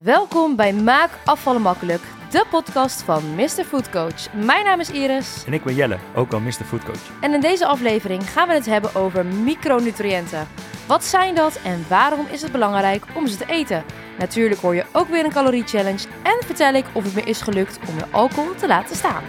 Welkom bij Maak Afvallen Makkelijk, de podcast van Mr. Food Coach. Mijn naam is Iris. En ik ben Jelle, ook al Mr. Food Coach. En in deze aflevering gaan we het hebben over micronutriënten. Wat zijn dat en waarom is het belangrijk om ze te eten? Natuurlijk hoor je ook weer een calorie-challenge en vertel ik of het me is gelukt om je alcohol te laten staan.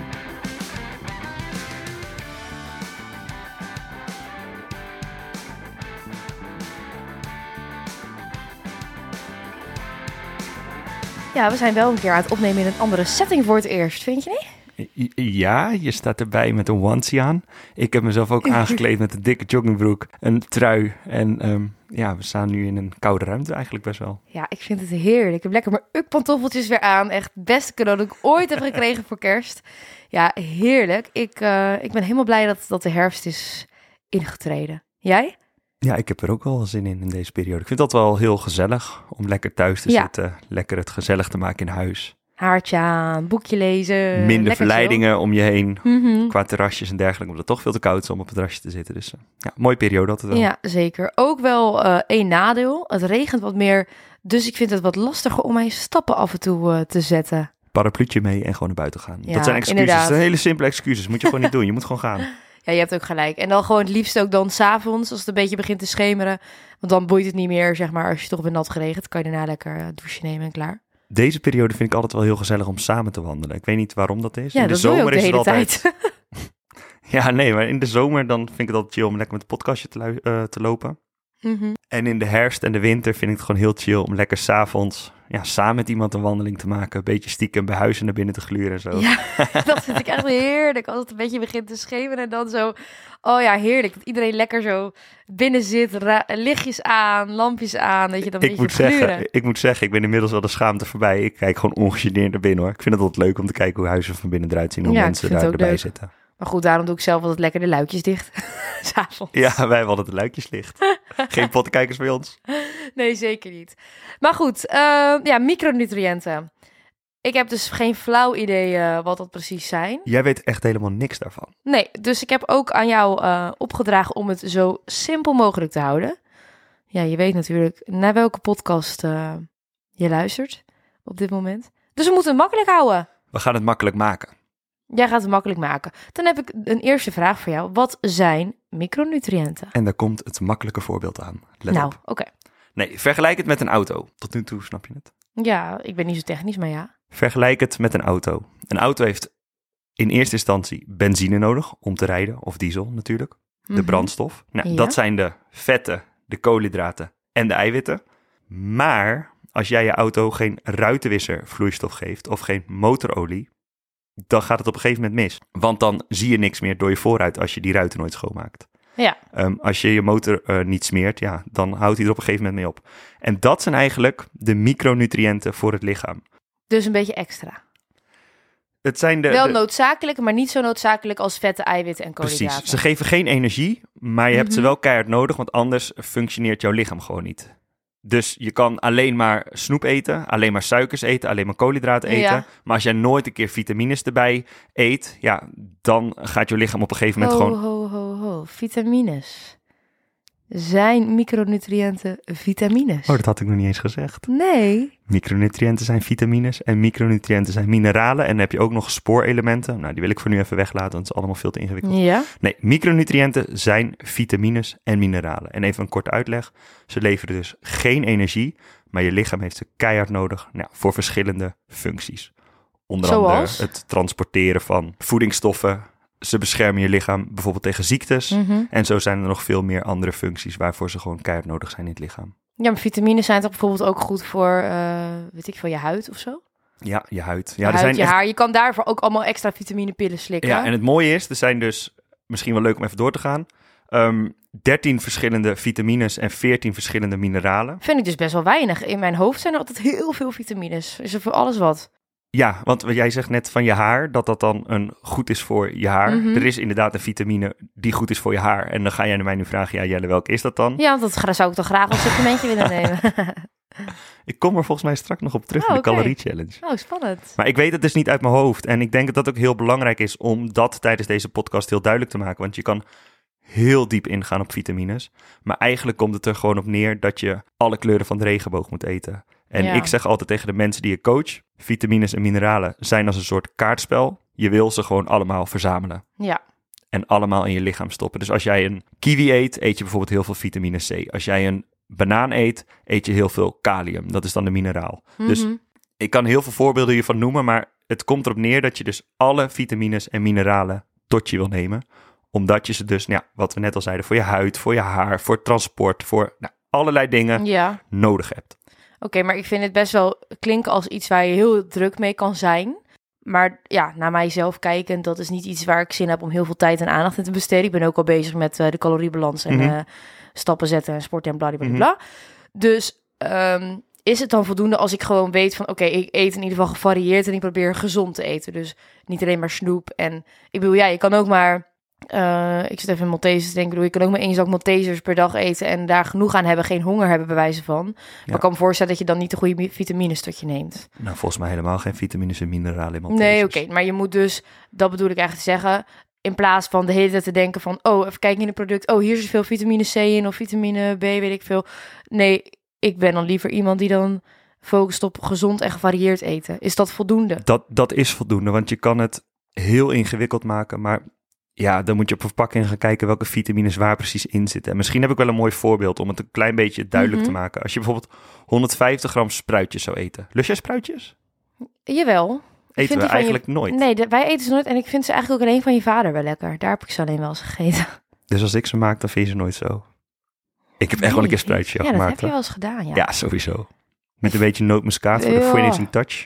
Ja, we zijn wel een keer aan het opnemen in een andere setting voor het eerst, vind je niet? Ja, je staat erbij met een onesie aan. Ik heb mezelf ook aangekleed met een dikke joggingbroek, een trui. En we staan nu in een koude ruimte eigenlijk best wel. Ja, ik vind het heerlijk. Ik heb lekker mijn ukpantoffeltjes weer aan. Echt het beste cadeau dat ik ooit heb gekregen voor kerst. Ja, heerlijk. Ik ben helemaal blij dat de herfst is ingetreden. Jij? Ja, ik heb er ook wel zin in deze periode. Ik vind dat wel heel gezellig om lekker thuis te zitten. Lekker het gezellig te maken in huis. Haartje aan, boekje lezen. Minder verleidingen chill om je heen. Qua terrasjes en dergelijke. Omdat het toch veel te koud is om op het terrasje te zitten. Dus mooie periode altijd wel. Ja, zeker. Ook wel één nadeel. Het regent wat meer. Dus ik vind het wat lastiger om mijn stappen af en toe te zetten. Parapluutje mee en gewoon naar buiten gaan. Ja, dat zijn excuses. inderdaad. Dat zijn hele simpele excuses. Moet je gewoon niet doen. Je moet gewoon gaan. Ja, je hebt ook gelijk. En dan gewoon het liefst ook dan 's avonds, als het een beetje begint te schemeren. Want dan boeit het niet meer, zeg maar, als je toch bent nat geregend. Kan je daarna lekker een douche nemen en klaar. Deze periode vind ik altijd wel heel gezellig om samen te wandelen. Ik weet niet waarom dat is. Ja, in de dat doe je ook de hele altijd tijd. Ja, nee, maar in de zomer dan vind ik het altijd chill om lekker met het podcastje te lopen. En in de herfst en de winter vind ik het gewoon heel chill om lekker 's avonds samen met iemand een wandeling te maken. Een beetje stiekem bij huis en naar binnen te gluren en zo. Ja, dat vind ik echt heerlijk. Als het een beetje begint te schemeren en dan zo. Oh ja, heerlijk. Dat iedereen lekker zo binnen zit, lichtjes aan, lampjes aan. Dat je dan een beetje gluren. Ik moet zeggen, ik ben inmiddels wel de schaamte voorbij. Ik kijk gewoon ongegeneerd naar binnen hoor. Ik vind het altijd leuk om te kijken hoe huizen van binnen eruit zien. Hoe mensen daar erbij leuk zitten. Maar goed, daarom doe ik zelf altijd lekker de luikjes dicht. 's avonds. Ja, wij hebben altijd de luikjes licht. Geen pottenkijkers bij ons. Nee, zeker niet. Maar goed, micronutriënten. Ik heb dus geen flauw idee wat dat precies zijn. Jij weet echt helemaal niks daarvan. Nee, dus ik heb ook aan jou opgedragen om het zo simpel mogelijk te houden. Ja, je weet natuurlijk naar welke podcast je luistert op dit moment. Dus we moeten het makkelijk houden. We gaan het makkelijk maken. Jij gaat het makkelijk maken. Dan heb ik een eerste vraag voor jou. Wat zijn micronutriënten? En daar komt het makkelijke voorbeeld aan. Let op. Oké. Nee, vergelijk het met een auto. Tot nu toe snap je het. Ja, ik ben niet zo technisch, maar ja. Vergelijk het met een auto. Een auto heeft in eerste instantie benzine nodig om te rijden. Of diesel natuurlijk. De brandstof. Nou, Ja. Dat zijn de vetten, de koolhydraten en de eiwitten. Maar als jij je auto geen ruitenwisser vloeistof geeft of geen motorolie, dan gaat het op een gegeven moment mis. Want dan zie je niks meer door je voorruit als je die ruiten nooit schoonmaakt. Ja. Als je je motor niet smeert, dan houdt hij er op een gegeven moment mee op. En dat zijn eigenlijk de micronutriënten voor het lichaam. Dus een beetje extra. Het zijn Wel noodzakelijk, maar niet zo noodzakelijk als vetten, eiwitten en koolhydraten. Precies, ze geven geen energie, maar je hebt ze wel keihard nodig, want anders functioneert jouw lichaam gewoon niet. Dus je kan alleen maar snoep eten, alleen maar suikers eten, alleen maar koolhydraten eten. Ja. Maar als jij nooit een keer vitamines erbij eet, dan gaat je lichaam op een gegeven moment gewoon... Ho. Vitamines. Zijn micronutriënten vitamines? Oh, dat had ik nog niet eens gezegd. Nee. Micronutriënten zijn vitamines en micronutriënten zijn mineralen. En dan heb je ook nog spoorelementen. Nou, die wil ik voor nu even weglaten, want het is allemaal veel te ingewikkeld. Ja. Nee, micronutriënten zijn vitamines en mineralen. En even een korte uitleg. Ze leveren dus geen energie, maar je lichaam heeft ze keihard nodig voor verschillende functies. Onder andere het transporteren van voedingsstoffen. Ze beschermen je lichaam bijvoorbeeld tegen ziektes. En zo zijn er nog veel meer andere functies waarvoor ze gewoon keihard nodig zijn in het lichaam. Ja, maar vitamines zijn toch bijvoorbeeld ook goed voor, je huid of zo? Ja, je huid. Ja, je haar. Je kan daarvoor ook allemaal extra vitaminepillen slikken. Ja, en het mooie is, er zijn dus, misschien wel leuk om even door te gaan, 13 verschillende vitamines en 14 verschillende mineralen. Vind ik dus best wel weinig. In mijn hoofd zijn er altijd heel veel vitamines. Is er voor alles wat? Ja, want jij zegt net van je haar, dat dan goed is voor je haar. Er is inderdaad een vitamine die goed is voor je haar. En dan ga jij mij nu vragen, ja Jelle, welke is dat dan? Ja, want dat zou ik toch graag als supplementje willen nemen. Ik kom er volgens mij straks nog op terug in de calorie challenge. Oh, spannend. Maar ik weet het dus niet uit mijn hoofd. En ik denk dat dat ook heel belangrijk is om dat tijdens deze podcast heel duidelijk te maken. Want je kan heel diep ingaan op vitamines. Maar eigenlijk komt het er gewoon op neer dat je alle kleuren van de regenboog moet eten. En ik zeg altijd tegen de mensen die ik coach, vitamines en mineralen zijn als een soort kaartspel. Je wil ze gewoon allemaal verzamelen. Ja. En allemaal in je lichaam stoppen. Dus als jij een kiwi eet je bijvoorbeeld heel veel vitamine C. Als jij een banaan eet je heel veel kalium. Dat is dan de mineraal. Dus ik kan heel veel voorbeelden hiervan noemen, maar het komt erop neer dat je dus alle vitamines en mineralen tot je wil nemen. Omdat je ze dus, wat we net al zeiden, voor je huid, voor je haar, voor transport, voor allerlei dingen nodig hebt. Oké, maar ik vind het best wel klinken als iets waar je heel druk mee kan zijn. Maar ja, naar mijzelf kijkend, dat is niet iets waar ik zin heb om heel veel tijd en aandacht in te besteden. Ik ben ook al bezig met de caloriebalans en stappen zetten en sporten en bladibladibla. Dus is het dan voldoende als ik gewoon weet van oké, ik eet in ieder geval gevarieerd en ik probeer gezond te eten. Dus niet alleen maar snoep. En ik bedoel, je kan ook maar... ik zit even in Maltesers te denken. Je kan ook maar 1 zak Maltesers per dag eten en daar genoeg aan hebben, geen honger hebben bij wijze van. Maar ik kan me voorstellen dat je dan niet de goede vitamines tot je neemt. Nou, volgens mij helemaal geen vitamines en mineralen in Maltesers. Nee, oké. Maar je moet dus, dat bedoel ik eigenlijk te zeggen, in plaats van de hele tijd te denken van, even kijken in het product, hier is veel vitamine C in of vitamine B, weet ik veel. Nee, ik ben dan liever iemand die dan focust op gezond en gevarieerd eten. Is dat voldoende? Dat is voldoende, want je kan het heel ingewikkeld maken, maar ja, dan moet je op verpakking gaan kijken welke vitamines waar precies in zitten. En misschien heb ik wel een mooi voorbeeld om het een klein beetje duidelijk te maken. Als je bijvoorbeeld 150 gram spruitjes zou eten. Lust jij spruitjes? Jawel. Eten we eigenlijk nooit. Nee, wij eten ze nooit. En ik vind ze eigenlijk ook alleen van je vader wel lekker. Daar heb ik ze alleen wel eens gegeten. Dus als ik ze maak, dan vind je ze nooit zo? Ik heb echt wel een keer spruitje gemaakt. Ja, dat heb je wel eens gedaan, ja. Ja, sowieso. Met een beetje nootmuskaat voor de finishing touch.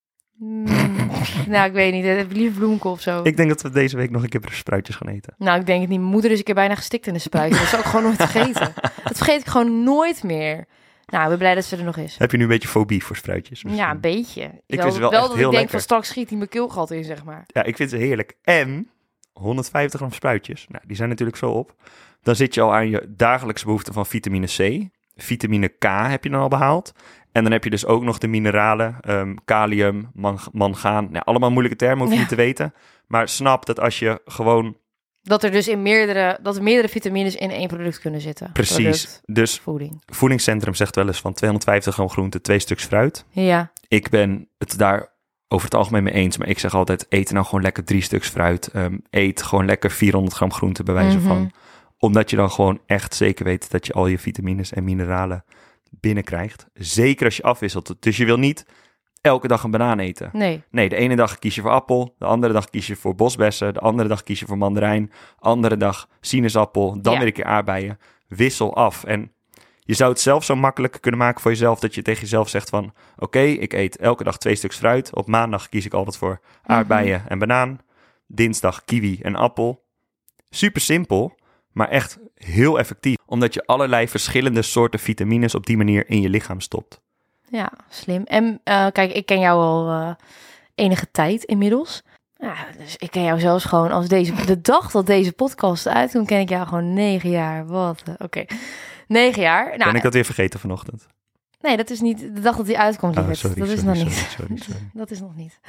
Nou, ik weet niet. Ik heb liever bloemkool of zo. Ik denk dat we deze week nog een keer spruitjes gaan eten. Nou, ik denk het niet. Mijn moeder is een keer bijna gestikt in de spruitje. Dat zou ik gewoon nooit vergeten. Dat vergeet ik gewoon nooit meer. Nou, ik ben blij dat ze er nog is. Heb je nu een beetje fobie voor spruitjes? Misschien? Ja, een beetje. Ik vind ze wel echt dat heel ik denk lekker. van straks schiet hij mijn keelgat in, zeg maar. Ja, ik vind ze heerlijk. En 150 gram spruitjes. Nou, die zijn natuurlijk zo op. Dan zit je al aan je dagelijkse behoefte van vitamine C. Vitamine K heb je dan al behaald. En dan heb je dus ook nog de mineralen, kalium, mangaan. Nou, allemaal moeilijke termen, hoef je niet te weten. Maar snap dat als je gewoon... Dat er dus meerdere vitamines in één product kunnen zitten. Precies. Dus Voedingscentrum zegt wel eens van 250 gram groente, 2 stuks fruit. Ja. Ik ben het daar over het algemeen mee eens. Maar ik zeg altijd, eet nou gewoon lekker 3 stuks fruit. Eet gewoon lekker 400 gram groente bij wijze van. Omdat je dan gewoon echt zeker weet dat je al je vitamines en mineralen binnenkrijgt. Zeker als je afwisselt. Dus je wil niet elke dag een banaan eten. Nee, de ene dag kies je voor appel. De andere dag kies je voor bosbessen. De andere dag kies je voor mandarijn. Andere dag sinaasappel. Dan weer een keer aardbeien. Wissel af. En je zou het zelf zo makkelijk kunnen maken voor jezelf dat je tegen jezelf zegt van oké, ik eet elke dag 2 stuks fruit. Op maandag kies ik altijd voor aardbeien en banaan. Dinsdag kiwi en appel. Super simpel. Maar echt heel effectief. Omdat je allerlei verschillende soorten vitamines op die manier in je lichaam stopt. Ja, slim. En kijk, ik ken jou al enige tijd inmiddels. Ja, dus ik ken jou zelfs gewoon als de dag dat deze podcast uitkomt, ken ik jou gewoon 9 jaar. Wat? Oké. 9 jaar. Nou, ben ik dat weer vergeten vanochtend? Nee, dat is niet de dag dat die uitkomt. Oh, dat is nog niet. Sorry. Dat is nog niet.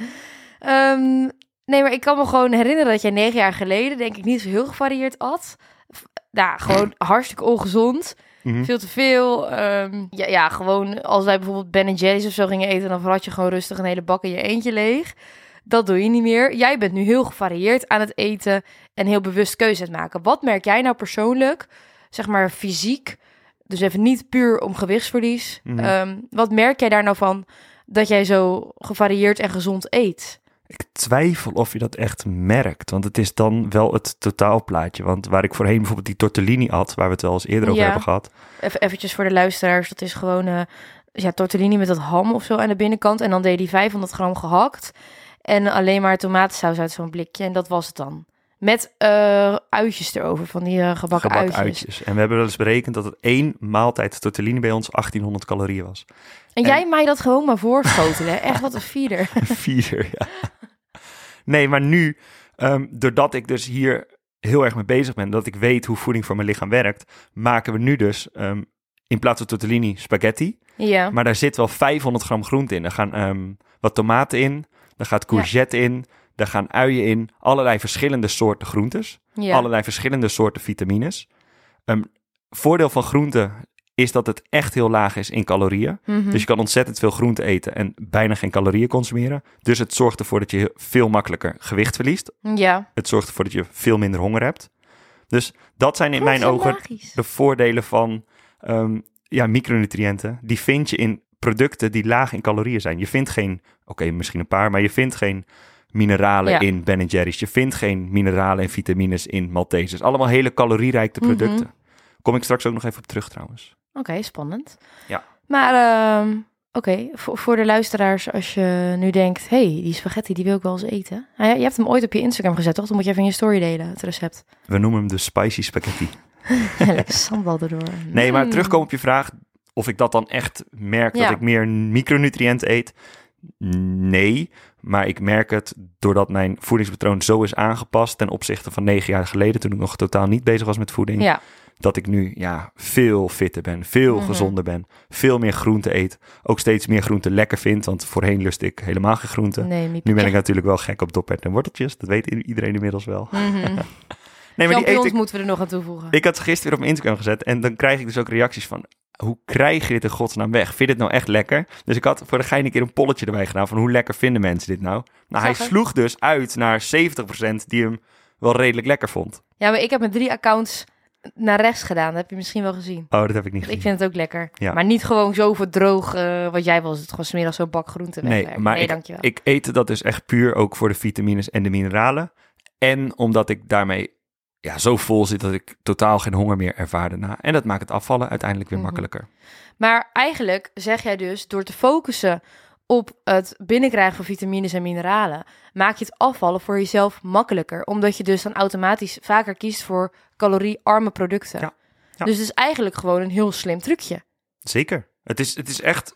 Nee, maar ik kan me gewoon herinneren dat jij 9 jaar geleden, denk ik, niet zo heel gevarieerd at. Nou, gewoon hartstikke ongezond. Veel te veel. Gewoon als wij bijvoorbeeld Ben & Jerry's of zo gingen eten, dan had je gewoon rustig een hele bak in je eentje leeg. Dat doe je niet meer. Jij bent nu heel gevarieerd aan het eten en heel bewust keuze aan het maken. Wat merk jij nou persoonlijk, zeg maar fysiek, dus even niet puur om gewichtsverlies. Wat merk jij daar nou van dat jij zo gevarieerd en gezond eet? Ik twijfel of je dat echt merkt, want het is dan wel het totaalplaatje. Want waar ik voorheen bijvoorbeeld die tortellini at, waar we het wel eens eerder over hebben gehad. Eventjes voor de luisteraars, dat is gewoon tortellini met dat ham of zo aan de binnenkant. En dan deed hij 500 gram gehakt en alleen maar tomatensaus uit zo'n blikje. En dat was het dan. Met uitjes erover, van die gebakken uitjes. En we hebben wel eens berekend dat het 1 maaltijd tortellini bij ons 1800 calorieën was. En jij mij dat gewoon maar voorschotelen. Echt wat een feeder. Een feeder, ja. Nee, maar nu, doordat ik dus hier heel erg mee bezig ben, dat ik weet hoe voeding voor mijn lichaam werkt, maken we nu dus in plaats van tortellini spaghetti. Ja. Maar daar zit wel 500 gram groente in. Er gaan wat tomaten in, er gaat courgette in, daar gaan uien in, allerlei verschillende soorten groentes, allerlei verschillende soorten vitamines. Voordeel van groenten is dat het echt heel laag is in calorieën. Dus je kan ontzettend veel groente eten en bijna geen calorieën consumeren. Dus het zorgt ervoor dat je veel makkelijker gewicht verliest. Ja. Het zorgt ervoor dat je veel minder honger hebt. Dus dat zijn in mijn ogen de voordelen van micronutriënten. Die vind je in producten die laag in calorieën zijn. Je vindt geen, misschien een paar, maar je vindt geen mineralen in Ben & Jerry's. Je vindt geen mineralen en vitamines in Maltesers. Allemaal hele calorierijke producten. Kom ik straks ook nog even op terug trouwens. Oké, spannend. Ja. Maar voor de luisteraars, als je nu denkt, hey, die spaghetti, die wil ik wel eens eten. Nou ja, je hebt hem ooit op je Instagram gezet, toch? Dan moet je even in je story delen, het recept. We noemen hem de spicy spaghetti. Lekker sambal erdoor. Nee, maar terugkomen op je vraag, of ik dat dan echt merk dat ik meer micronutriënten eet. Nee, maar ik merk het doordat mijn voedingspatroon zo is aangepast ten opzichte van 9 jaar geleden, toen ik nog totaal niet bezig was met voeding. Ja. Dat ik nu veel fitter ben, veel gezonder ben, veel meer groente eet. Ook steeds meer groente lekker vind, want voorheen lustte ik helemaal geen groente. Nee, nu ben ik natuurlijk wel gek op doppert en worteltjes. Dat weet iedereen inmiddels wel. Nee, maar die moeten we er nog aan toevoegen. Ik had gisteren weer op mijn Instagram gezet en dan krijg ik dus ook reacties van, hoe krijg je dit in godsnaam weg? Vind je dit nou echt lekker? Dus ik had voor de gein een keer een polletje erbij gedaan van hoe lekker vinden mensen dit nou? Nou, hij sloeg dus uit naar 70% die hem wel redelijk lekker vond. Ja, maar ik heb met 3 accounts naar rechts gedaan. Dat heb je misschien wel gezien. Oh, dat heb ik niet gezien. Ik vind het ook lekker. Ja. Maar niet gewoon zo verdroog wat jij was. Het gewoon 's middags zo'n bak groente wegwerken. Nee, maar ik eet dat dus echt puur ook voor de vitamines en de mineralen. En omdat ik daarmee zo vol zit dat ik totaal geen honger meer ervaar daarna. En dat maakt het afvallen uiteindelijk weer makkelijker. Maar eigenlijk zeg jij dus, door te focussen op het binnenkrijgen van vitamines en mineralen, maak je het afvallen voor jezelf makkelijker. Omdat je dus dan automatisch vaker kiest voor caloriearme producten. Ja. Dus het is eigenlijk gewoon een heel slim trucje. Zeker. Het is echt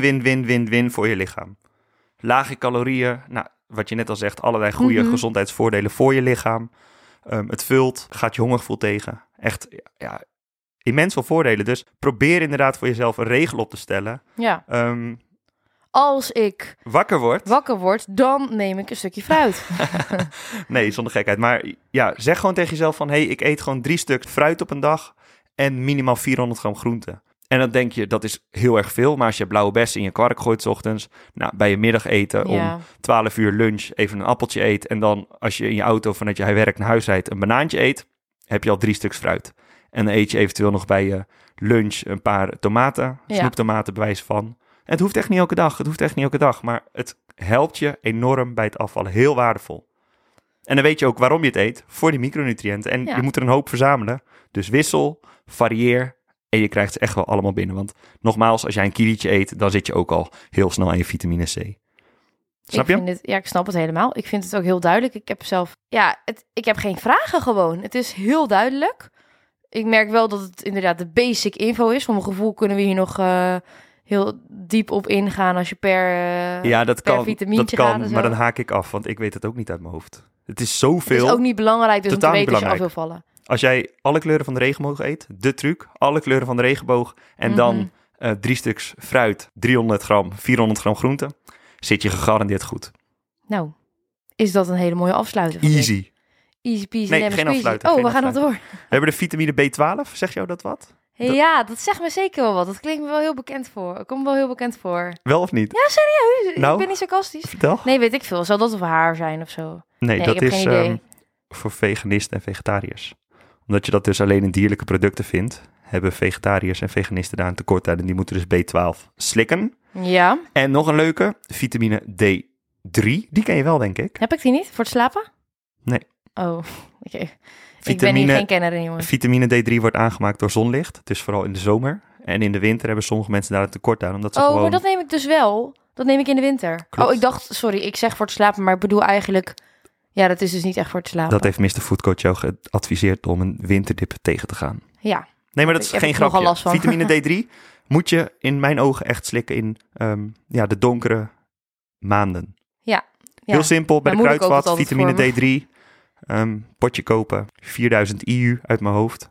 win voor je lichaam. Lage calorieën, wat je net al zegt, allerlei goede gezondheidsvoordelen voor je lichaam. Het vult, gaat je hongergevoel tegen. Echt, immens veel voordelen. Dus probeer inderdaad voor jezelf een regel op te stellen. Ja. Als ik wakker word, dan neem ik een stukje fruit. Nee, zonder gekheid. Maar zeg gewoon tegen jezelf van, ik eet gewoon 3 stuk fruit op een dag en minimaal 400 gram groente. En dan denk je, dat is heel erg veel. Maar als je blauwe bessen in je kwark gooit 's ochtends, bij je middageten om 12 uur lunch even een appeltje eet. En dan als je in je auto vanuit je werk naar huis rijdt een banaantje eet, heb je al 3 stuks fruit. En dan eet je eventueel nog bij je lunch een paar tomaten, snoeptomaten bewijs van. En het hoeft echt niet elke dag. Maar het helpt je enorm bij het afvallen. Heel waardevol. En dan weet je ook waarom je het eet. Voor die micronutriënten. En je moet er een hoop verzamelen. Dus wissel, varieer. En je krijgt ze echt wel allemaal binnen. Want nogmaals, als jij een kiwietje eet, dan zit je ook al heel snel aan je vitamine C. Snap je? Ik snap het helemaal. Ik vind het ook heel duidelijk. Ik heb zelf... ik heb geen vragen gewoon. Het is heel duidelijk. Ik merk wel dat het inderdaad de basic info is. Voor mijn gevoel kunnen we hier nog heel diep op ingaan als je per vitamintje gaat. Dat kan, maar dan haak ik af, want ik weet het ook niet uit mijn hoofd. Het is zoveel. Het is ook niet belangrijk dus om te weten als je af wil vallen. Als jij alle kleuren van de regenboog eet, de truc, alle kleuren van de regenboog en dan 3 stuks fruit, 300 gram, 400 gram groente, zit je gegarandeerd goed. Nou, is dat een hele mooie afsluiting? Easy. Easy peasy. Nee, geen afsluiting. We gaan nog door. We hebben de vitamine B12, zeg jou dat wat? Ja, dat zegt me zeker wel wat. Dat klinkt me wel heel bekend voor. Dat komt me wel heel bekend voor. Wel of niet? Ja, serieus. Ik ben niet sarcastisch. Vertel. Nee, weet ik veel. Zal dat voor haar zijn of zo? Nee, dat is voor veganisten en vegetariërs. Omdat je dat dus alleen in dierlijke producten vindt, hebben vegetariërs en veganisten daar een tekort aan. En die moeten dus B12 slikken. Ja. En nog een leuke, vitamine D3. Die ken je wel, denk ik. Heb ik die niet voor het slapen? Nee. Oh, oké. Ik ben hier geen kenner in, jongen. Vitamine D3 wordt aangemaakt door zonlicht. Dus vooral in de zomer. En in de winter hebben sommige mensen daar een tekort aan. Omdat ze gewoon... maar dat neem ik dus wel. Dat neem ik in de winter. Klopt. Oh, ik dacht, sorry, ik zeg voor het slapen, maar ik bedoel eigenlijk... Ja, dat is dus niet echt voor het slapen. Dat heeft Mr. Foodcoach jou geadviseerd om een winterdip tegen te gaan. Ja. Nee, maar dat is geen grapje. Vitamine D3 moet je in mijn ogen echt slikken in de donkere maanden. Ja. Heel simpel, bij de kruidvat, vitamine D3... potje kopen, 4000 IU uit mijn hoofd.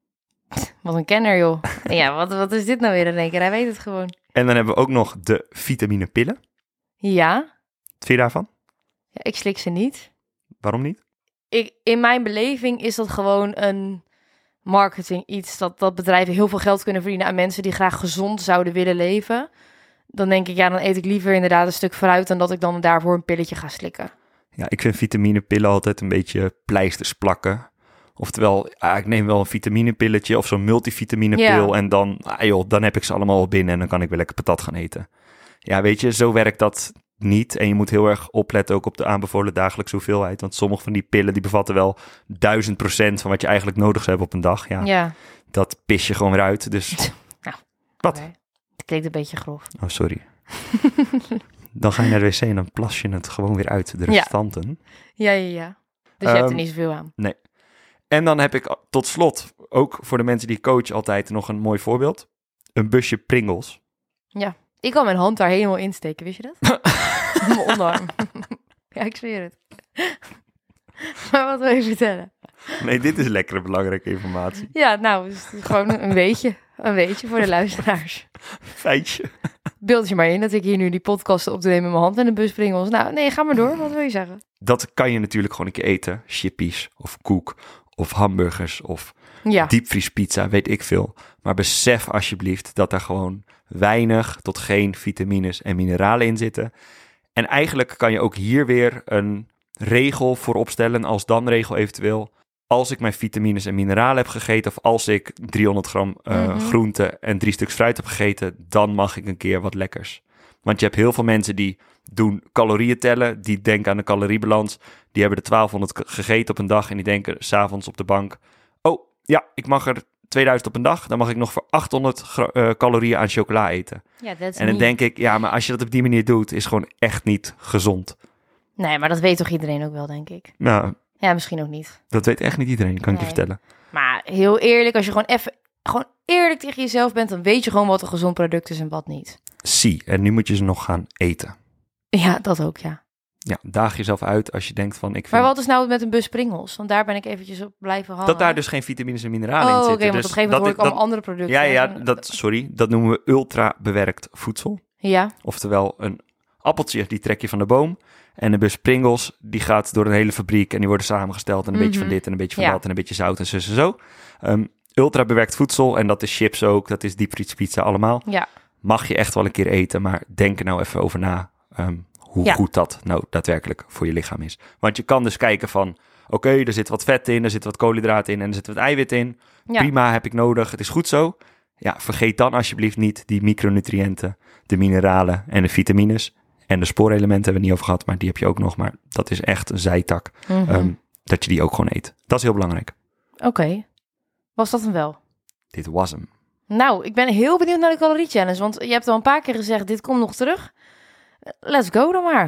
Wat een kenner, joh. Ja, wat is dit nou weer in één keer? Hij weet het gewoon. En dan hebben we ook nog de vitamine-pillen. Ja. Wat vind je daarvan? Ja, ik slik ze niet. Waarom niet? In mijn beleving is dat gewoon een marketing iets dat bedrijven heel veel geld kunnen verdienen aan mensen die graag gezond zouden willen leven, dan denk ik, dan eet ik liever inderdaad een stuk fruit dan dat ik dan daarvoor een pilletje ga slikken. Ja, ik vind vitaminepillen altijd een beetje pleisters plakken. Oftewel, ik neem wel een vitaminepilletje of zo'n multivitaminepil en dan heb ik ze allemaal al binnen en dan kan ik weer lekker patat gaan eten. Ja, weet je, zo werkt dat niet. En je moet heel erg opletten ook op de aanbevolen dagelijkse hoeveelheid. Want sommige van die pillen die bevatten wel 1000% van wat je eigenlijk nodig hebt op een dag. Ja. Dat pis je gewoon weer uit. Dus wat? Okay. Het klinkt een beetje grof. Oh, sorry. Dan ga je naar de wc en dan plas je het gewoon weer uit, de restanten. Ja. Dus je hebt er niet zoveel aan. Nee. En dan heb ik tot slot, ook voor de mensen die ik coach, altijd nog een mooi voorbeeld. Een busje Pringles. Ja, ik kan mijn hand daar helemaal insteken, wist je dat? Mijn onderarm. Ja, ik zweer het. Maar wat wil je vertellen? Nee, dit is lekkere belangrijke informatie. Ja, nou, het is gewoon een weetje. Een weetje voor de luisteraars. Feitje. Beeld je maar in dat ik hier nu die podcast op te nemen met mijn hand en een bus Pringles. Nou, nee, ga maar door. Wat wil je zeggen? Dat kan je natuurlijk gewoon een keer eten. Chippies of koek of hamburgers of diepvriespizza, weet ik veel. Maar besef alsjeblieft dat er gewoon weinig tot geen vitamines en mineralen in zitten. En eigenlijk kan je ook hier weer een regel voor opstellen, als dan regel eventueel. Als ik mijn vitamines en mineralen heb gegeten of als ik 300 gram groente en 3 stuks fruit heb gegeten, dan mag ik een keer wat lekkers. Want je hebt heel veel mensen die doen calorieën tellen, die denken aan de caloriebalans. Die hebben de 1200 gegeten op een dag en die denken 's avonds op de bank, oh ja, ik mag er 2000 op een dag, dan mag ik nog voor 800 calorieën aan chocola eten. Ja, en dan denk ik, ja, maar als je dat op die manier doet, is gewoon echt niet gezond. Nee, maar dat weet toch iedereen ook wel, denk ik. Nou, ja, misschien ook niet. Dat weet echt niet iedereen, kan ik je vertellen. Maar heel eerlijk, als je gewoon eerlijk tegen jezelf bent, dan weet je gewoon wat een gezond product is en wat niet. Zie, en nu moet je ze nog gaan eten. Ja, dat ook, ja. Ja, daag jezelf uit als je denkt van... Maar wat is nou met een bus Pringles? Want daar ben ik eventjes op blijven hangen. Dat daar dus geen vitamines en mineralen in zitten. Oké, want op een gegeven moment hoor ik allemaal andere producten. Ja, dat noemen we ultra bewerkt voedsel. Ja. Oftewel, een appeltje, die trek je van de boom. En een bus Pringles, die gaat door een hele fabriek en die worden samengesteld. En een beetje van dit en een beetje van dat en een beetje zout en zo. Ultra bewerkt voedsel, en dat is chips ook, dat is diepvriespizza allemaal. Ja. Mag je echt wel een keer eten, maar denk er nou even over na hoe goed dat nou daadwerkelijk voor je lichaam is. Want je kan dus kijken van, oké, er zit wat vet in, er zit wat koolhydraten in en er zit wat eiwit in. Ja. Prima, heb ik nodig, het is goed zo. Ja, vergeet dan alsjeblieft niet die micronutriënten, de mineralen en de vitamines. En de spoorelementen hebben we niet over gehad, maar die heb je ook nog. Maar dat is echt een zijtak, dat je die ook gewoon eet. Dat is heel belangrijk. Oké. Was dat hem wel? Dit was hem. Nou, ik ben heel benieuwd naar de calorie challenge, want je hebt al een paar keer gezegd, dit komt nog terug. Let's go dan maar.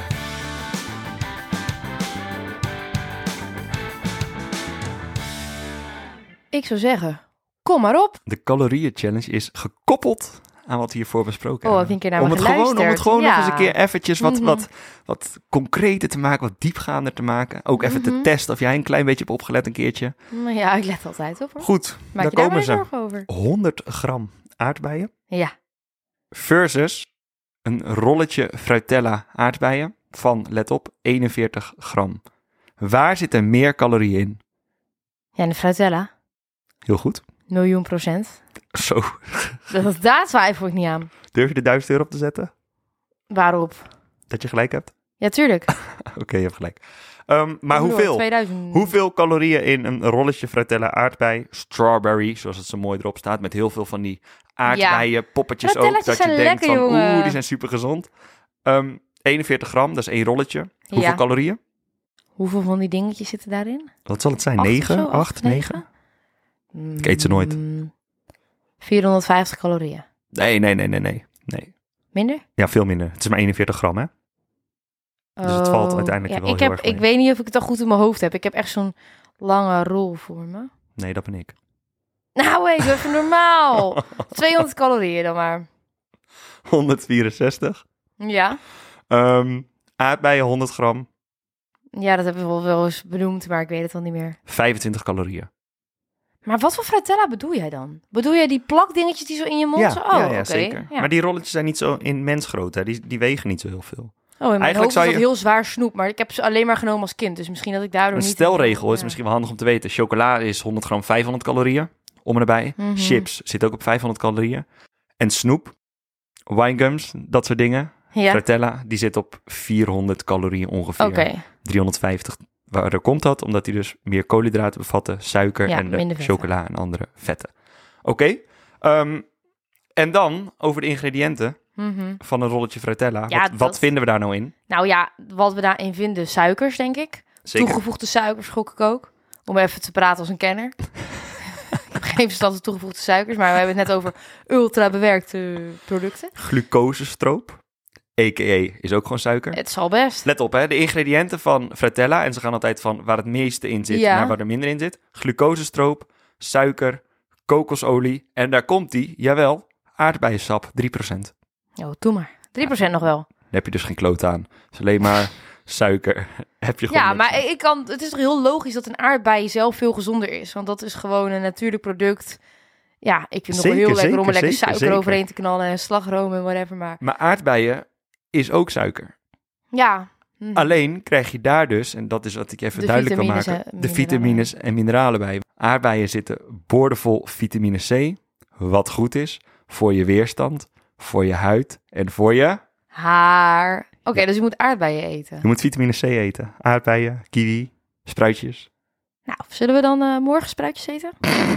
Ik zou zeggen, kom maar op. De calorieën challenge is gekoppeld aan wat we hiervoor besproken hebben. Heb je een keer naar me geluisterd? Om het gewoon nog eens een keer eventjes wat concreter te maken, wat diepgaander te maken. Ook even te testen of jij een klein beetje hebt opgelet een keertje. Ja, ik let altijd op. Hoor. Goed, daar komen ze. 100 gram aardbeien. Ja. Versus een rolletje Fruitella aardbeien van, let op, 41 gram. Waar zitten meer calorieën in? Ja, de Fruitella. Heel goed. 1.000.000%. Zo. Daar twijfel ik niet aan. Durf je de 1000 euro op te zetten? Waarop? Dat je gelijk hebt? Ja, tuurlijk. Oké, je hebt gelijk. Maar hoeveel calorieën in een rolletje Fruitella aardbei? Strawberry, zoals het zo mooi erop staat. Met heel veel van die aardbeien, poppetjes ook. Dat je denkt lekker, van, jongen. Die zijn super gezond. 41 gram, dat is 1 rolletje. Hoeveel calorieën? Hoeveel van die dingetjes zitten daarin? Wat zal het zijn? 9? 8? 9? Ik eet ze nooit. 450 calorieën. Nee. Minder? Ja, veel minder. Het is maar 41 gram, hè? Dus het valt uiteindelijk wel heel erg mee. Ik weet niet of ik het al goed in mijn hoofd heb. Ik heb echt zo'n lange rol voor me. Nee, dat ben ik. Nou, even normaal. 200 calorieën dan maar. 164. Ja. Aardbeien 100 gram. Ja, dat hebben we wel eens benoemd, maar ik weet het al niet meer. 25 calorieën. Maar wat voor Fruitella bedoel jij dan? Bedoel jij die plakdingetjes die zo in je mond? Ja, zeker. Ja. Maar die rolletjes zijn niet zo in mensgrootte. Die wegen niet zo heel veel. Oh, in mijn Eigenlijk hoofd is zou dat je- heel zwaar snoep, maar ik heb ze alleen maar genomen als kind. Dus misschien dat ik daardoor Een niet... stelregel is Ja. misschien wel handig om te weten. Chocola is 100 gram 500 calorieën, om en erbij. Mhm. Chips zit ook op 500 calorieën. En snoep, winegums, dat soort dingen. Ja, Fratella, die zit op 400 calorieën ongeveer. oké. 350. Waar komt dat? Omdat die dus meer koolhydraten bevatten, suiker Ja, en de minder vetten. chocola en andere vetten. Oké. En dan over de ingrediënten Mhm. van een rolletje Fratella. Ja, Wat dat- vinden we daar nou in? Nou ja, wat we daarin vinden, suikers, denk ik. Zeker. Toegevoegde suikers gok ik ook. Om even te praten als een kenner. Ik heb geen verstand van toegevoegde suikers, maar we hebben het net over ultra bewerkte producten. Glucosestroop, a.k.a. is ook gewoon suiker. Het zal best. Let op, hè, de ingrediënten van Fratella, en ze gaan altijd van waar het meeste in zit Ja. naar waar er minder in zit. Glucosestroop, suiker, kokosolie en daar komt die, jawel, aardbeiensap, 3%. Oh, doe maar. 3% nog wel. Daar heb je dus geen kloot aan. Het is alleen maar suiker. Heb je gewoon Ja, niks maar aan. het is toch heel logisch dat een aardbei zelf veel gezonder is. Want dat is gewoon een natuurlijk product. Ja, ik vind het nog wel heel Zeker, lekker om er zeker, lekker zeker, suiker zeker. overheen te knallen en slagroom en whatever. Maar Maar aardbeien is ook suiker. ja. Alleen krijg je daar dus, en dat is wat ik even De duidelijk wil vitamines maken, en de mineralen. vitamines en mineralen bij. Aardbeien zitten boordevol vitamine C, wat goed is voor je weerstand, voor je huid en voor je... Haar. Oké, dus je moet aardbeien eten. Je moet vitamine C eten. Aardbeien, kiwi, spruitjes. Nou, zullen we dan morgen spruitjes eten?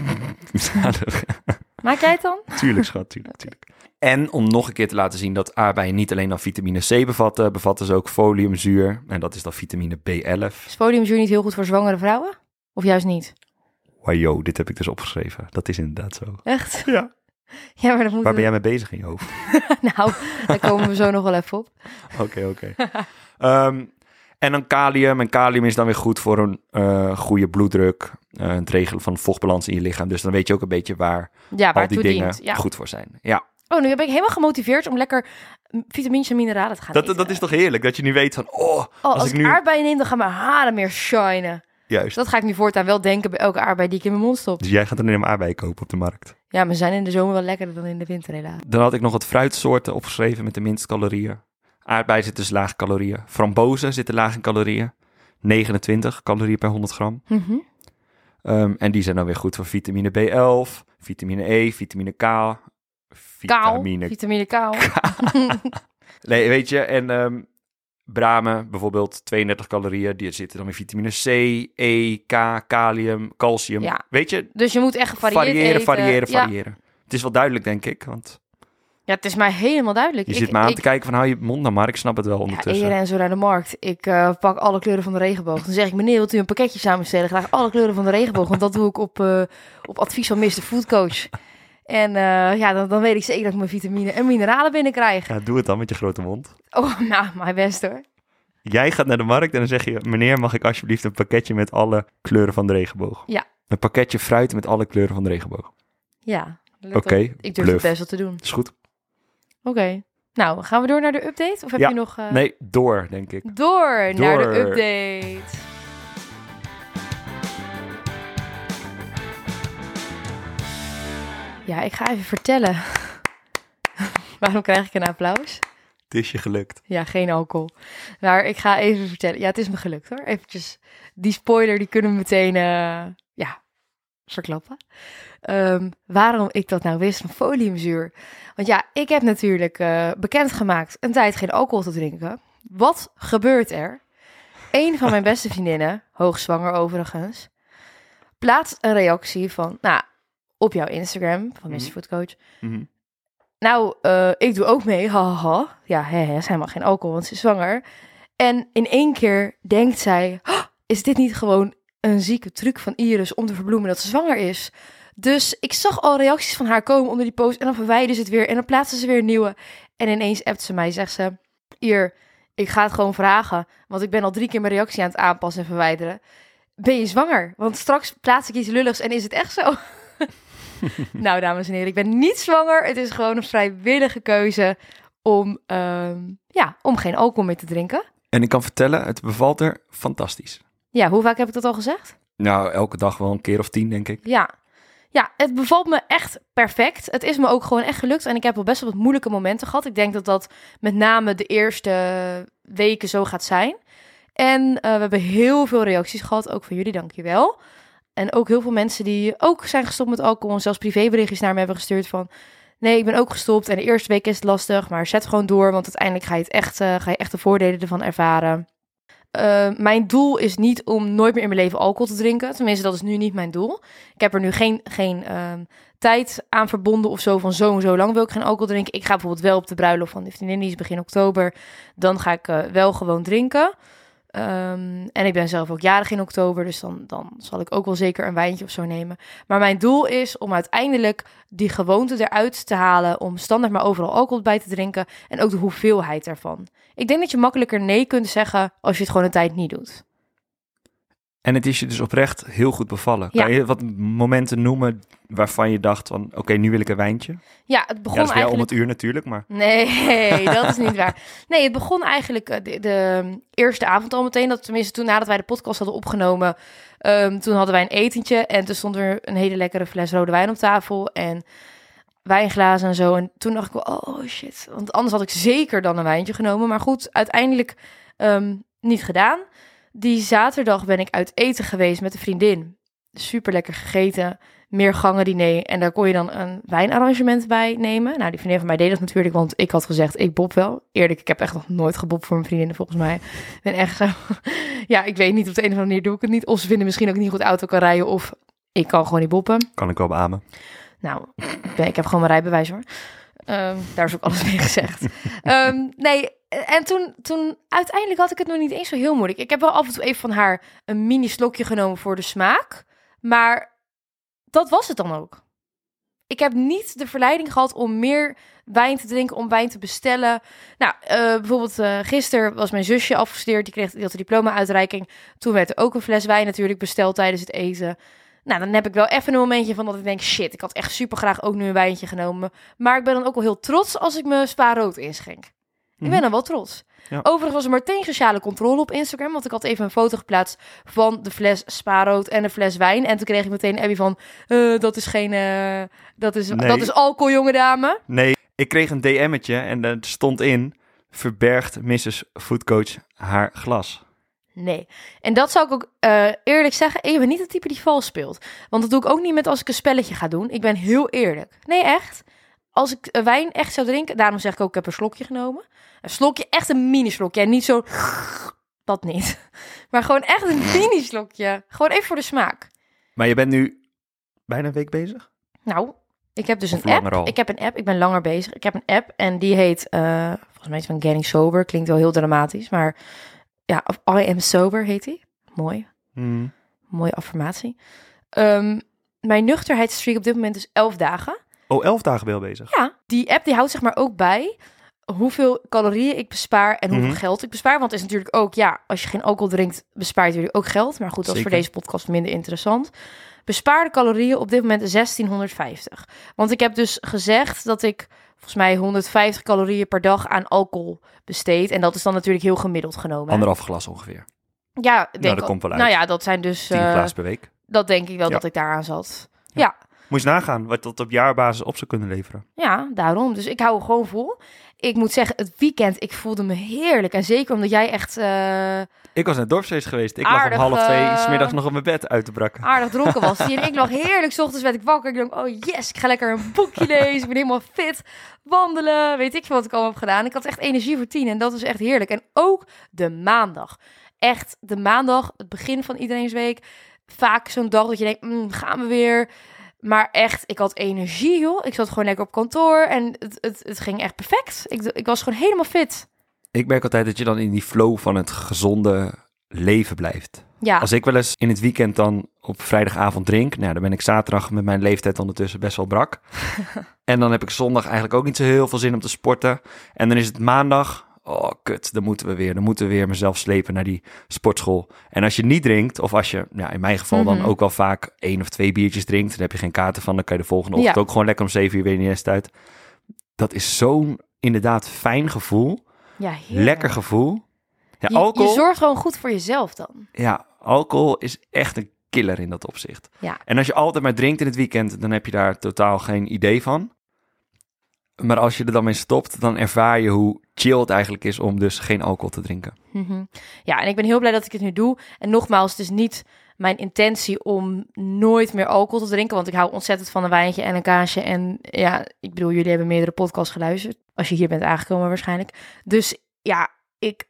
Maak jij het dan? Tuurlijk, schat, tuurlijk. En om nog een keer te laten zien dat aardbeien niet alleen dan vitamine C bevatten, bevatten ze ook foliumzuur. En dat is dan vitamine B11. Is foliumzuur niet heel goed voor zwangere vrouwen? Of juist niet? Wajo, dit heb ik dus opgeschreven. Dat is inderdaad zo. Echt? Ja. Ja, maar dan moet Waar ben jij mee bezig in je hoofd? Nou, daar komen we zo nog wel even op. Oké. En dan kalium. En kalium is dan weer goed voor een goede bloeddruk. Het regelen van vochtbalans in je lichaam. Dus dan weet je ook een beetje waar Ja, al waar die het toe dingen dient. Ja. goed voor zijn. Ja, Oh, nu ben ik helemaal gemotiveerd om lekker vitamines en mineralen te gaan eten. dat is toch heerlijk? Dat je nu weet van, Als ik ik nu... aardbeien neem, dan gaan mijn haren meer shinen. Juist. Dat ga ik nu voortaan wel denken bij elke aardbei die ik in mijn mond stop. Dus jij gaat dan een aardbei kopen op de markt. Ja, maar ze zijn in de zomer wel lekkerder dan in de winter helaas. Dan had ik nog wat fruitsoorten opgeschreven met de minst calorieën. Aardbei zit dus laag calorieën. Frambozen zitten laag in calorieën. 29 calorieën per 100 gram. Mhm. En die zijn dan weer goed voor vitamine B11, vitamine E, vitamine K. Kaal. Vitamine kaal. Nee, weet je, en bramen bijvoorbeeld 32 calorieën. Die zitten dan weer vitamine C, E, K, kalium, calcium. Ja. Weet je, Dus je moet echt gevarieerd eten. Ja. variëren. Het is wel duidelijk, denk ik, want Ja, het is mij helemaal duidelijk. je zit me aan te kijken van hou je mond nou maar. Ik snap het wel Ja, ondertussen. ik ren zo naar de markt. Ik pak alle kleuren van de regenboog. Dan zeg ik, meneer, wilt u een pakketje samenstellen? Graag alle kleuren van de regenboog. Want dat doe ik op advies van Mr. Foodcoach. En dan weet ik zeker dat ik mijn vitamine en mineralen binnenkrijg. Ja, doe het dan met je grote mond. Oh, nou, mijn best hoor. Jij gaat naar de markt en dan zeg je... Meneer, mag ik alsjeblieft een pakketje met alle kleuren van de regenboog? Ja. Een pakketje fruit met alle kleuren van de regenboog. Ja. lukt Oké, wel. Ik durf bluff. het best wel te doen. Is goed. Oké. Nou, gaan we door naar de update? Of heb Ja. je nog... Nee, door, denk ik. Door naar de Door. update. Ja, ik ga even vertellen. Waarom krijg ik een applaus? Het is je gelukt. Ja, geen alcohol. Maar ik ga even vertellen. Ja, het is me gelukt hoor. Eventjes, die spoiler, die kunnen we meteen, verklappen. Waarom ik dat nou wist van foliumzuur. Want ja, ik heb natuurlijk bekendgemaakt een tijd geen alcohol te drinken. Wat gebeurt er? Een van mijn beste vriendinnen, hoogzwanger overigens, plaatst een reactie van, op jouw Instagram, van Mr. Mhm. Foodcoach. Mhm. Nou, ik doe ook mee, haha. Ja, ze mag geen alcohol, want ze is zwanger. En in één keer denkt zij, is dit niet gewoon een zieke truc van Iris om te verbloemen dat ze zwanger is? Dus ik zag al reacties van haar komen onder die post en dan verwijderde ze het weer en dan plaatste ze weer een nieuwe. En ineens appt ze mij, zegt ze, hier, ik ga het gewoon vragen, want ik ben al 3 keer mijn reactie aan het aanpassen en verwijderen. Ben je zwanger? Want straks plaats ik iets lulligs en is het echt zo? Nou, dames en heren, ik ben niet zwanger. Het is gewoon een vrijwillige keuze om geen alcohol meer te drinken. En ik kan vertellen, het bevalt er fantastisch. Ja, hoe vaak heb ik dat al gezegd? Nou, elke dag wel een keer of 10, denk ik. Ja, Ja, het bevalt me echt perfect. Het is me ook gewoon echt gelukt. En ik heb wel best wel wat moeilijke momenten gehad. Ik denk dat dat met name de eerste weken zo gaat zijn. En we hebben heel veel reacties gehad, ook van jullie, dankjewel. En ook heel veel mensen die ook zijn gestopt met alcohol en zelfs privéberichtjes naar me hebben gestuurd van... Nee, ik ben ook gestopt en de eerste week is het lastig, maar zet gewoon door, want uiteindelijk ga je echt de voordelen ervan ervaren. Mijn doel is niet om nooit meer in mijn leven alcohol te drinken. Tenminste, dat is nu niet mijn doel. Ik heb er nu geen tijd aan verbonden of zo van zo en zo lang wil ik geen alcohol drinken. Ik ga bijvoorbeeld wel op de bruiloft van de vriendin, die is begin oktober. Dan ga ik wel gewoon drinken. En ik ben zelf ook jarig in oktober, dus dan zal ik ook wel zeker een wijntje of zo nemen. Maar mijn doel is om uiteindelijk die gewoonte eruit te halen om standaard maar overal alcohol bij te drinken en ook de hoeveelheid ervan. Ik denk dat je makkelijker nee kunt zeggen als je het gewoon een tijd niet doet. En het is je dus oprecht heel goed bevallen. Ja. Kan je wat momenten noemen waarvan je dacht van... Oké, nu wil ik een wijntje. Ja, het begon Ja, dat is wel om eigenlijk... het uur natuurlijk, maar... Nee, dat is niet waar. Nee, het begon eigenlijk de eerste avond al meteen. Tenminste, toen nadat wij de podcast hadden opgenomen... toen hadden wij een etentje en toen stond er een hele lekkere fles rode wijn op tafel... en wijnglazen en zo. En toen dacht ik wel, oh shit. Want anders had ik zeker dan een wijntje genomen. Maar goed, uiteindelijk niet gedaan. Die zaterdag ben ik uit eten geweest met een vriendin. Super lekker gegeten. Meer gangen diner. En daar kon je dan een wijnarrangement bij nemen. Nou, die vriendin van mij deed dat natuurlijk, want ik had gezegd, ik bob wel. Eerlijk, ik heb echt nog nooit gebopt voor mijn vriendinnen, volgens mij. Ik ben echt zo... Ja, ik weet niet, op de een of andere manier doe ik het niet. Of ze vinden misschien ook niet goed auto kan rijden, of ik kan gewoon niet boppen. Kan ik wel beamen. Nou, ik heb gewoon mijn rijbewijs hoor. Daar is ook alles mee gezegd. Nee, en toen uiteindelijk had ik het nog niet eens zo heel moeilijk. Ik heb wel af en toe even van haar een mini slokje genomen voor de smaak. Maar dat was het dan ook. Ik heb niet de verleiding gehad om meer wijn te drinken, om wijn te bestellen. Nou, bijvoorbeeld gisteren was mijn zusje afgestudeerd. Die had de diploma-uitreiking. Toen werd er ook een fles wijn natuurlijk besteld tijdens het eten. Nou, dan heb ik wel even een momentje van dat ik denk... shit, ik had echt super graag ook nu een wijntje genomen. Maar ik ben dan ook wel heel trots als ik me Spa rood inschenk. Ik ben dan wel trots. Ja. Overigens was er meteen sociale controle op Instagram... want ik had even een foto geplaatst van de fles Spa rood en de fles wijn. En toen kreeg ik meteen een appje van... dat is geen... dat is alcohol, jonge dame. Nee, ik kreeg een DM'tje en er stond in... verbergt Mrs. Foodcoach haar glas. Nee. En dat zou ik ook eerlijk zeggen, even niet het type die vals speelt. Want dat doe ik ook niet met als ik een spelletje ga doen. Ik ben heel eerlijk. Nee, echt. Als ik wijn echt zou drinken, daarom zeg ik ook, ik heb een slokje genomen. Een slokje, echt een mini-slokje. En niet zo... Dat niet. Maar gewoon echt een mini-slokje. Gewoon even voor de smaak. Maar je bent nu bijna een week bezig? Nou, ik heb dus Of een app. langer al? Ik heb een app, ik ben langer bezig. Ik heb een app en die heet, volgens mij is het van Getting Sober. Klinkt wel heel dramatisch, maar... Ja, of I am sober heet die. Mooi. Mooie affirmatie. Mijn nuchterheidsstreak op dit moment is 11 dagen. Oh, 11 dagen ben je al bezig? Ja, die app die houdt zeg maar ook bij hoeveel calorieën ik bespaar en hoeveel geld ik bespaar. Want het is natuurlijk ook, ja, als je geen alcohol drinkt, bespaar je natuurlijk ook geld. Maar goed, dat is voor deze podcast minder interessant. Bespaarde calorieën op dit moment 1650. Want ik heb dus gezegd dat ik volgens mij 150 calorieën per dag aan alcohol besteed. En dat is dan natuurlijk heel gemiddeld genomen. 1,5 glas ongeveer. Ja, denk dat komt wel uit. Nou ja, dat zijn dus 10 glazen per week. Dat denk ik wel Ja. dat ik daaraan zat. Ja. Moet je nagaan wat dat op jaarbasis op zou kunnen leveren. Ja, daarom. Dus ik hou er gewoon vol. Ik moet zeggen, het weekend, ik voelde me heerlijk. En zeker omdat jij echt Ik was naar het dorpsfeest geweest. Ik Aardig, lag om 1:30 's middags nog op mijn bed uit te brakken. aardig dronken was. En ik lag heerlijk. 's Ochtends werd ik wakker. Ik dacht, oh yes, ik ga lekker een boekje lezen. Ik ben helemaal fit. Wandelen. Weet ik veel wat ik allemaal heb gedaan. Ik had echt energie voor 10 en dat was echt heerlijk. En ook de maandag. Echt, de maandag, het begin van iedereen's week. Vaak zo'n dag dat je denkt, gaan we weer... Maar echt, ik had energie, joh. Ik zat gewoon lekker op kantoor en het ging echt perfect. Ik was gewoon helemaal fit. Ik merk altijd dat je dan in die flow van het gezonde leven blijft. Ja, Als ik wel eens in het weekend dan op vrijdagavond drink... Nou, dan ben ik zaterdag met mijn leeftijd ondertussen best wel brak. En dan heb ik zondag eigenlijk ook niet zo heel veel zin om te sporten. En dan is het maandag... Oh, kut, dan moeten we weer mezelf slepen naar die sportschool. En als je niet drinkt, of als je, ja, in mijn geval dan ook wel vaak 1 of 2 biertjes drinkt, dan heb je geen kaarten van, dan kan je de volgende ochtend ook gewoon lekker om 7 uur weer in de nest uit. Dat is zo'n inderdaad fijn gevoel. ja, heerlijk. Lekker gevoel. Ja, Je alcohol. zorgt gewoon goed voor jezelf dan. Ja, alcohol is echt een killer in dat opzicht. Ja. En als je altijd maar drinkt in het weekend, dan heb je daar totaal geen idee van. Maar als je er dan mee stopt, dan ervaar je hoe chill het eigenlijk is om dus geen alcohol te drinken. Mm-hmm. Ja, en ik ben heel blij dat ik het nu doe. En nogmaals, het is niet mijn intentie om nooit meer alcohol te drinken, want ik hou ontzettend van een wijntje en een kaasje. En ja, ik bedoel, jullie hebben meerdere podcasts geluisterd, als je hier bent aangekomen waarschijnlijk. Dus ja, ik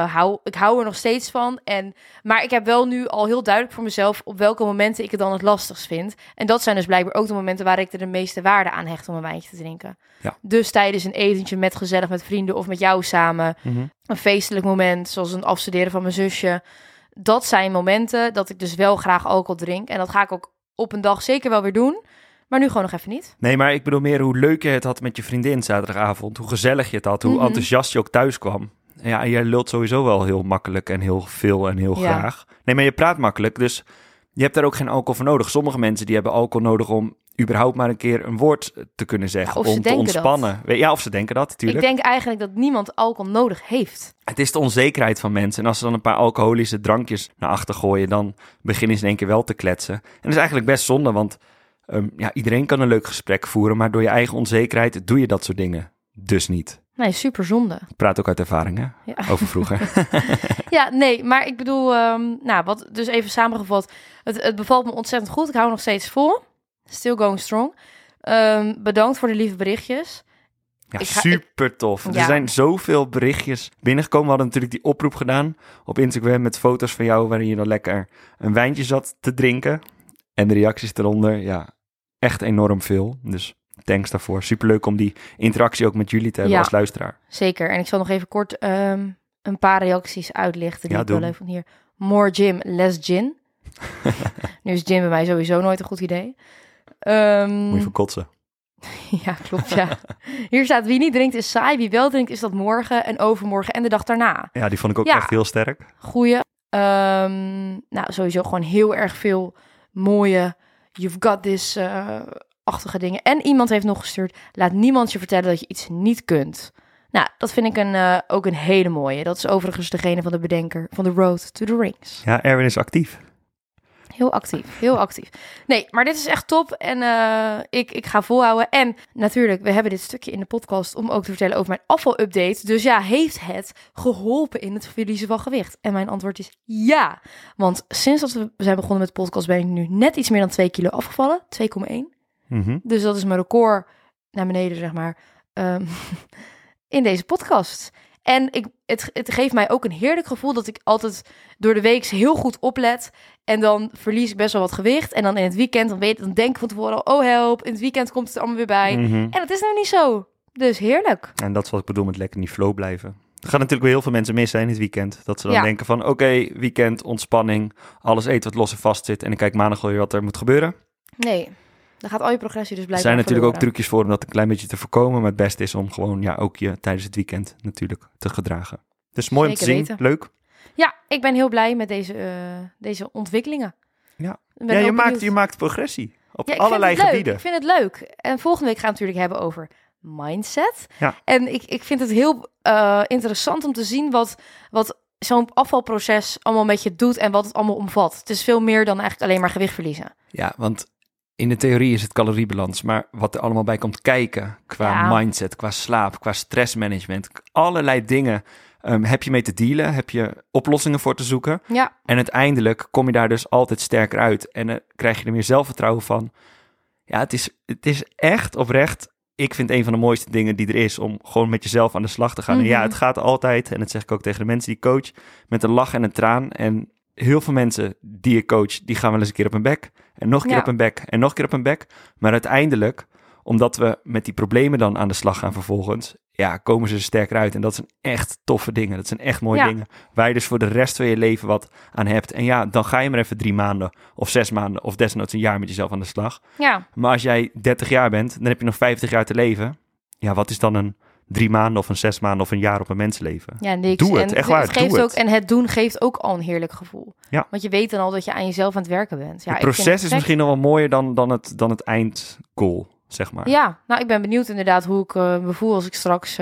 hou er nog steeds van. Maar ik heb wel nu al heel duidelijk voor mezelf op welke momenten ik het dan het lastigst vind. En dat zijn dus blijkbaar ook de momenten waar ik er de meeste waarde aan hecht om een wijntje te drinken. Ja. Dus tijdens een etentje gezellig met vrienden of met jou samen. Mm-hmm. Een feestelijk moment, zoals een afstuderen van mijn zusje. Dat zijn momenten dat ik dus wel graag alcohol drink. En dat ga ik ook op een dag zeker wel weer doen. Maar nu gewoon nog even niet. Nee, maar ik bedoel meer hoe leuk je het had met je vriendin zaterdagavond. Hoe gezellig je het had. Hoe enthousiast je ook thuis kwam. Ja, jij lult sowieso wel heel makkelijk en heel veel en heel graag. Nee, maar je praat makkelijk, dus je hebt daar ook geen alcohol voor nodig. Sommige mensen die hebben alcohol nodig om überhaupt maar een keer een woord te kunnen zeggen. Ja, om te ontspannen. Dat. Ja, of ze denken dat, natuurlijk. Ik denk eigenlijk dat niemand alcohol nodig heeft. Het is de onzekerheid van mensen. En als ze dan een paar alcoholische drankjes naar achter gooien, dan beginnen ze in één keer wel te kletsen. En dat is eigenlijk best zonde, want iedereen kan een leuk gesprek voeren, maar door je eigen onzekerheid doe je dat soort dingen dus niet. Nee, super zonde. Ik praat ook uit ervaring, hè? Ja. Over vroeger. Ja, nee, maar ik bedoel, wat dus even samengevat. Het bevalt me ontzettend goed. Ik hou nog steeds vol. Still going strong. Bedankt voor de lieve berichtjes. Ja, super tof. Ja. Er zijn zoveel berichtjes binnengekomen. We hadden natuurlijk die oproep gedaan op Instagram met foto's van jou waarin je dan lekker een wijntje zat te drinken. En de reacties eronder, ja, echt enorm veel. Dus thanks daarvoor. Superleuk om die interactie ook met jullie te hebben als luisteraar. Zeker. En ik zal nog even kort een paar reacties uitlichten die ik wel leuk vond hier. More gym, less gin. Nu is gin bij mij sowieso nooit een goed idee. Moet je verkotsen. Ja, klopt, ja. Hier staat, wie niet drinkt is saai. Wie wel drinkt is dat morgen en overmorgen en de dag daarna. Ja, die vond ik ook echt heel sterk. Goeie. Sowieso gewoon heel erg veel mooie you've got this achtige dingen. En iemand heeft nog gestuurd, laat niemand je vertellen dat je iets niet kunt. Nou, dat vind ik ook een hele mooie. Dat is overigens degene van de bedenker van The Road to the Rings. Ja, Erwin is actief. Heel actief, heel actief. Nee, maar dit is echt top en ik ga volhouden. En natuurlijk, we hebben dit stukje in de podcast om ook te vertellen over mijn afvalupdate. Dus ja, heeft het geholpen in het verliezen van gewicht? En mijn antwoord is ja. Want sinds dat we zijn begonnen met de podcast ben ik nu net iets meer dan 2 kilo afgevallen. 2,1. Mm-hmm. Dus dat is mijn record naar beneden, zeg maar, in deze podcast. En het geeft mij ook een heerlijk gevoel dat ik altijd door de week heel goed oplet. En dan verlies ik best wel wat gewicht. En dan in het weekend, dan denk ik van tevoren, oh help, in het weekend komt het allemaal weer bij. Mm-hmm. En dat is nou niet zo. Dus heerlijk. En dat is wat ik bedoel met lekker in die flow blijven. Er gaan natuurlijk weer heel veel mensen mis in het weekend. Dat ze dan denken van, oké, weekend, ontspanning, alles eten wat los en vast zit. En ik kijk maandag weer wat er moet gebeuren. Nee. Dan gaat al je progressie dus blijven. Er zijn natuurlijk ook trucjes voor om dat een klein beetje te voorkomen. Maar het beste is om gewoon ook je tijdens het weekend natuurlijk te gedragen. Dus mooi om te zien. Weten. Leuk. Ja, ik ben heel blij met deze ontwikkelingen. Ja, je maakt progressie op allerlei gebieden. Ik vind het leuk. En volgende week gaan we het natuurlijk hebben over mindset. Ja. En ik vind het heel interessant om te zien wat zo'n afvalproces allemaal met je doet en wat het allemaal omvat. Het is veel meer dan eigenlijk alleen maar gewicht verliezen. Ja, want in de theorie is het caloriebalans, maar wat er allemaal bij komt kijken qua mindset, qua slaap, qua stressmanagement, allerlei dingen heb je mee te dealen, heb je oplossingen voor te zoeken. Ja. En uiteindelijk kom je daar dus altijd sterker uit en dan krijg je er meer zelfvertrouwen van. Ja, het is echt oprecht, ik vind een van de mooiste dingen die er is om gewoon met jezelf aan de slag te gaan. Mm-hmm. En ja, het gaat altijd, en dat zeg ik ook tegen de mensen die ik coach, met een lach en een traan. En heel veel mensen die ik coach, die gaan wel eens een keer op hun bek. En nog een keer op hun bek. En nog een keer op hun bek. Maar uiteindelijk, omdat we met die problemen dan aan de slag gaan vervolgens, komen ze er sterker uit. En dat zijn echt toffe dingen. Dat zijn echt mooie dingen. Waar je dus voor de rest van je leven wat aan hebt. En dan ga je maar even 3 maanden of 6 maanden of desnoods een jaar met jezelf aan de slag. Ja. Maar als jij 30 jaar bent, dan heb je nog 50 jaar te leven. Ja, wat is dan een 3 maanden of een 6 maanden of een jaar op een mensenleven? Ja, niks. Doe het, echt waar, doe het. En het doen geeft ook al een heerlijk gevoel. Ja. Want je weet dan al dat je aan jezelf aan het werken bent. Ja, het proces is misschien nog wel mooier dan het eindgoal, zeg maar. Ja, nou ik ben benieuwd inderdaad hoe ik me voel als ik straks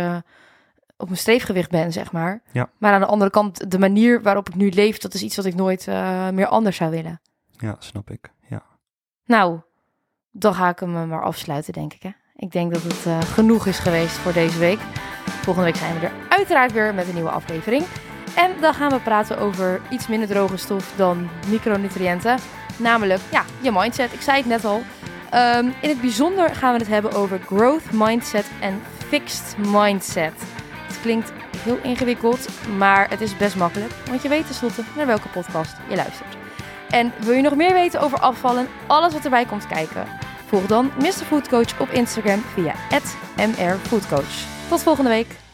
op mijn streefgewicht ben, zeg maar. Ja. Maar aan de andere kant, de manier waarop ik nu leef, dat is iets wat ik nooit meer anders zou willen. Ja, snap ik. Ja. Nou, dan ga ik hem maar afsluiten, denk ik. Hè? Ik denk dat het genoeg is geweest voor deze week. Volgende week zijn we er uiteraard weer met een nieuwe aflevering. En dan gaan we praten over iets minder droge stof dan micronutriënten. Namelijk, je mindset. Ik zei het net al. In het bijzonder gaan we het hebben over growth mindset en fixed mindset. Het klinkt heel ingewikkeld, maar het is best makkelijk. Want je weet tenslotte naar welke podcast je luistert. En wil je nog meer weten over afvallen, alles wat erbij komt kijken? Volg dan Mr. Food Coach op Instagram via @mrfoodcoach. Tot volgende week.